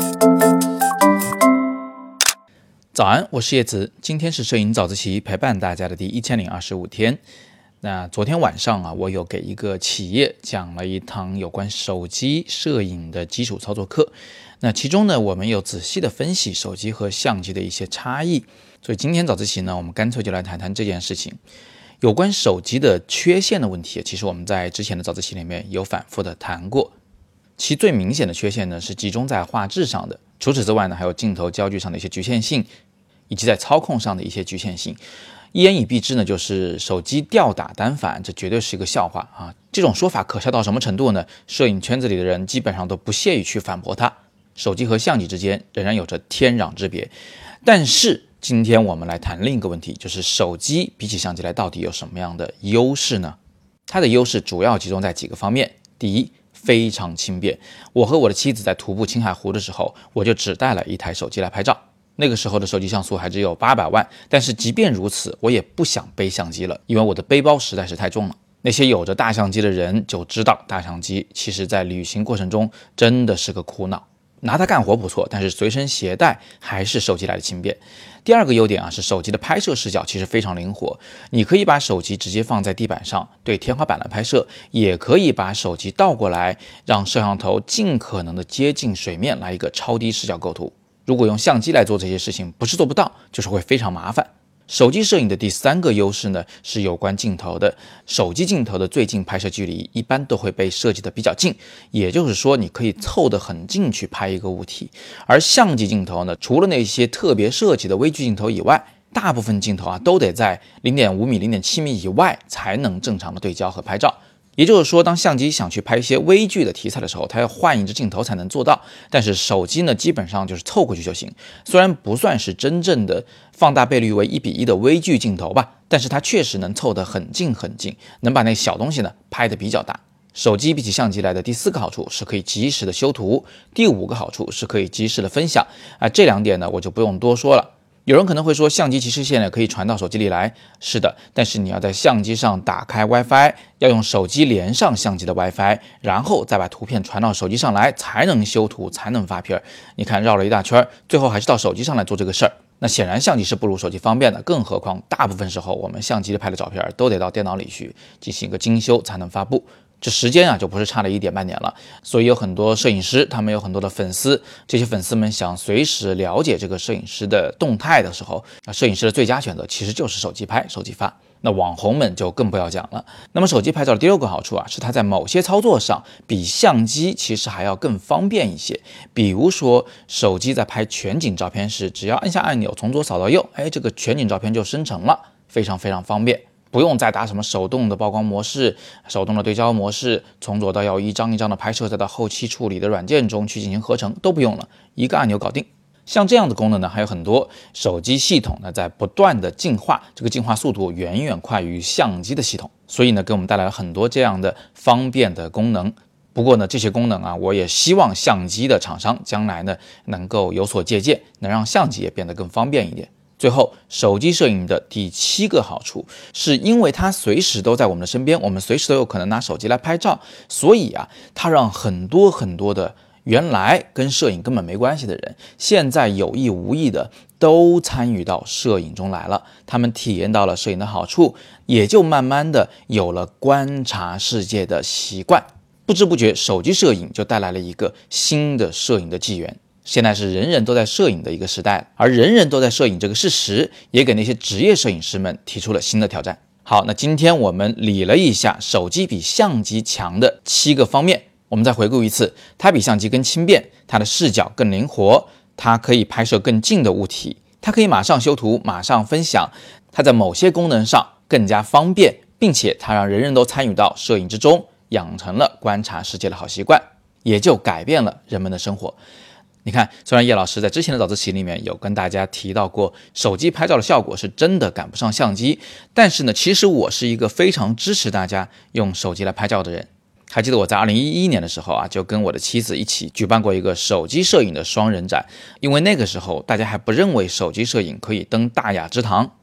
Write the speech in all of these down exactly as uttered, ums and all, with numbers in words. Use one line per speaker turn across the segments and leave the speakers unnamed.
早安，我是叶子，今天是摄影早自习陪伴大家的第一千零二十五天。那昨天晚上啊，我有给一个企业讲了一堂有关手机摄影的基础操作课。那其中呢，我们有仔细的分析手机和相机的一些差异。所以今天早自习呢，我们干脆就来谈谈这件事情。有关手机的缺陷的问题，其实我们在之前的早自习里面有反复的谈过。其最明显的缺陷呢，是集中在画质上的。除此之外呢，还有镜头焦距上的一些局限性，以及在操控上的一些局限性。一言以蔽之呢，就是手机吊打单反，这绝对是一个笑话啊！这种说法可笑到什么程度呢？摄影圈子里的人基本上都不屑于去反驳它。手机和相机之间仍然有着天壤之别。但是今天我们来谈另一个问题，就是手机比起相机来到底有什么样的优势呢？它的优势主要集中在几个方面。第一，非常轻便。我和我的妻子在徒步青海湖的时候，我就只带了一台手机来拍照。那个时候的手机像素还只有八百万，但是即便如此，我也不想背相机了，因为我的背包实在是太重了。那些有着大相机的人就知道，大相机其实在旅行过程中真的是个苦恼。拿它干活不错，但是随身携带还是手机来的轻便。第二个优点啊，是手机的拍摄视角其实非常灵活，你可以把手机直接放在地板上，对天花板来拍摄，也可以把手机倒过来，让摄像头尽可能的接近水面，来一个超低视角构图。如果用相机来做这些事情，不是做不到，就是会非常麻烦。手机摄影的第三个优势呢，是有关镜头的。手机镜头的最近拍摄距离一般都会被设计的比较近，也就是说你可以凑得很近去拍一个物体。而相机镜头呢，除了那些特别设计的微距镜头以外，大部分镜头啊都得在 零点五米、零点七米以外才能正常的对焦和拍照。也就是说，当相机想去拍一些微距的题材的时候，它要换一支镜头才能做到。但是手机呢，基本上就是凑过去就行。虽然不算是真正的放大倍率为一比一的微距镜头吧，但是它确实能凑得很近很近，能把那小东西呢拍得比较大。手机比起相机来的第四个好处是可以及时的修图，第五个好处是可以及时的分享啊，这两点呢我就不用多说了。有人可能会说，相机其实现在可以传到手机里来，是的，但是你要在相机上打开 WiFi， 要用手机连上相机的 WiFi， 然后再把图片传到手机上来，才能修图，才能发片。你看绕了一大圈，最后还是到手机上来做这个事儿。那显然相机是不如手机方便的，更何况大部分时候我们相机拍的照片都得到电脑里去进行一个精修才能发布。这时间啊，就不是差了一点半年了。所以有很多摄影师，他们有很多的粉丝，这些粉丝们想随时了解这个摄影师的动态的时候，那摄影师的最佳选择其实就是手机拍、手机发。那网红们就更不要讲了。那么手机拍照的第六个好处啊，是它在某些操作上比相机其实还要更方便一些。比如说，手机在拍全景照片时，只要按下按钮，从左扫到右，哎，这个全景照片就生成了，非常非常方便。不用再打什么手动的曝光模式、手动的对焦模式，从左到右一张一张的拍摄，再到后期处理的软件中去进行合成，都不用了，一个按钮搞定。像这样的功能呢还有很多，手机系统呢在不断的进化，这个进化速度远远快于相机的系统，所以呢给我们带来了很多这样的方便的功能。不过呢，这些功能啊，我也希望相机的厂商将来呢能够有所借鉴，能让相机也变得更方便一点。最后，手机摄影的第七个好处，是因为它随时都在我们的身边，我们随时都有可能拿手机来拍照，所以啊，它让很多很多的原来跟摄影根本没关系的人，现在有意无意的都参与到摄影中来了，他们体验到了摄影的好处，也就慢慢的有了观察世界的习惯。不知不觉，手机摄影就带来了一个新的摄影的纪元。现在是人人都在摄影的一个时代，而人人都在摄影这个事实，也给那些职业摄影师们提出了新的挑战。好，那今天我们理了一下手机比相机强的七个方面，我们再回顾一次。它比相机更轻便，它的视角更灵活，它可以拍摄更近的物体，它可以马上修图，马上分享，它在某些功能上更加方便，并且它让人人都参与到摄影之中，养成了观察世界的好习惯，也就改变了人们的生活。你看，虽然叶老师在之前的早自习里面有跟大家提到过，手机拍照的效果是真的赶不上相机，但是呢，其实我是一个非常支持大家用手机来拍照的人。还记得我在二零一一年的时候啊，就跟我的妻子一起举办过一个手机摄影的双人展，因为那个时候大家还不认为手机摄影可以登大雅之堂，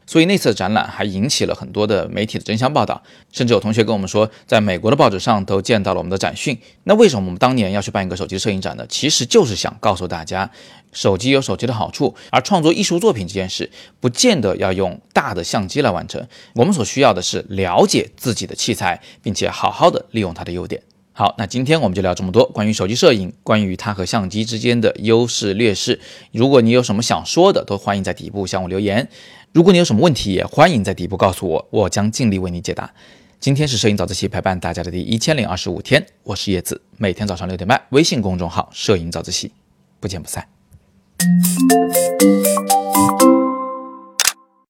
所以那次的展览还引起了很多的媒体的争相报道，甚至有同学跟我们说，在美国的报纸上都见到了我们的展讯。那为什么我们当年要去办一个手机摄影展呢？其实就是想告诉大家，手机有手机的好处，而创作艺术作品这件事不见得要用大的相机来完成，我们所需要的是了解自己的器材，并且好好的利用它的优点。好，那今天我们就聊这么多，关于手机摄影，关于它和相机之间的优势劣势。如果你有什么想说的，都欢迎在底部向我留言。如果你有什么问题，也欢迎在底部告诉我，我将尽力为你解答。今天是摄影早自习陪伴大家的第一千零二十五天，我是叶子，每天早上六点半，微信公众号摄影早自习，不见不散。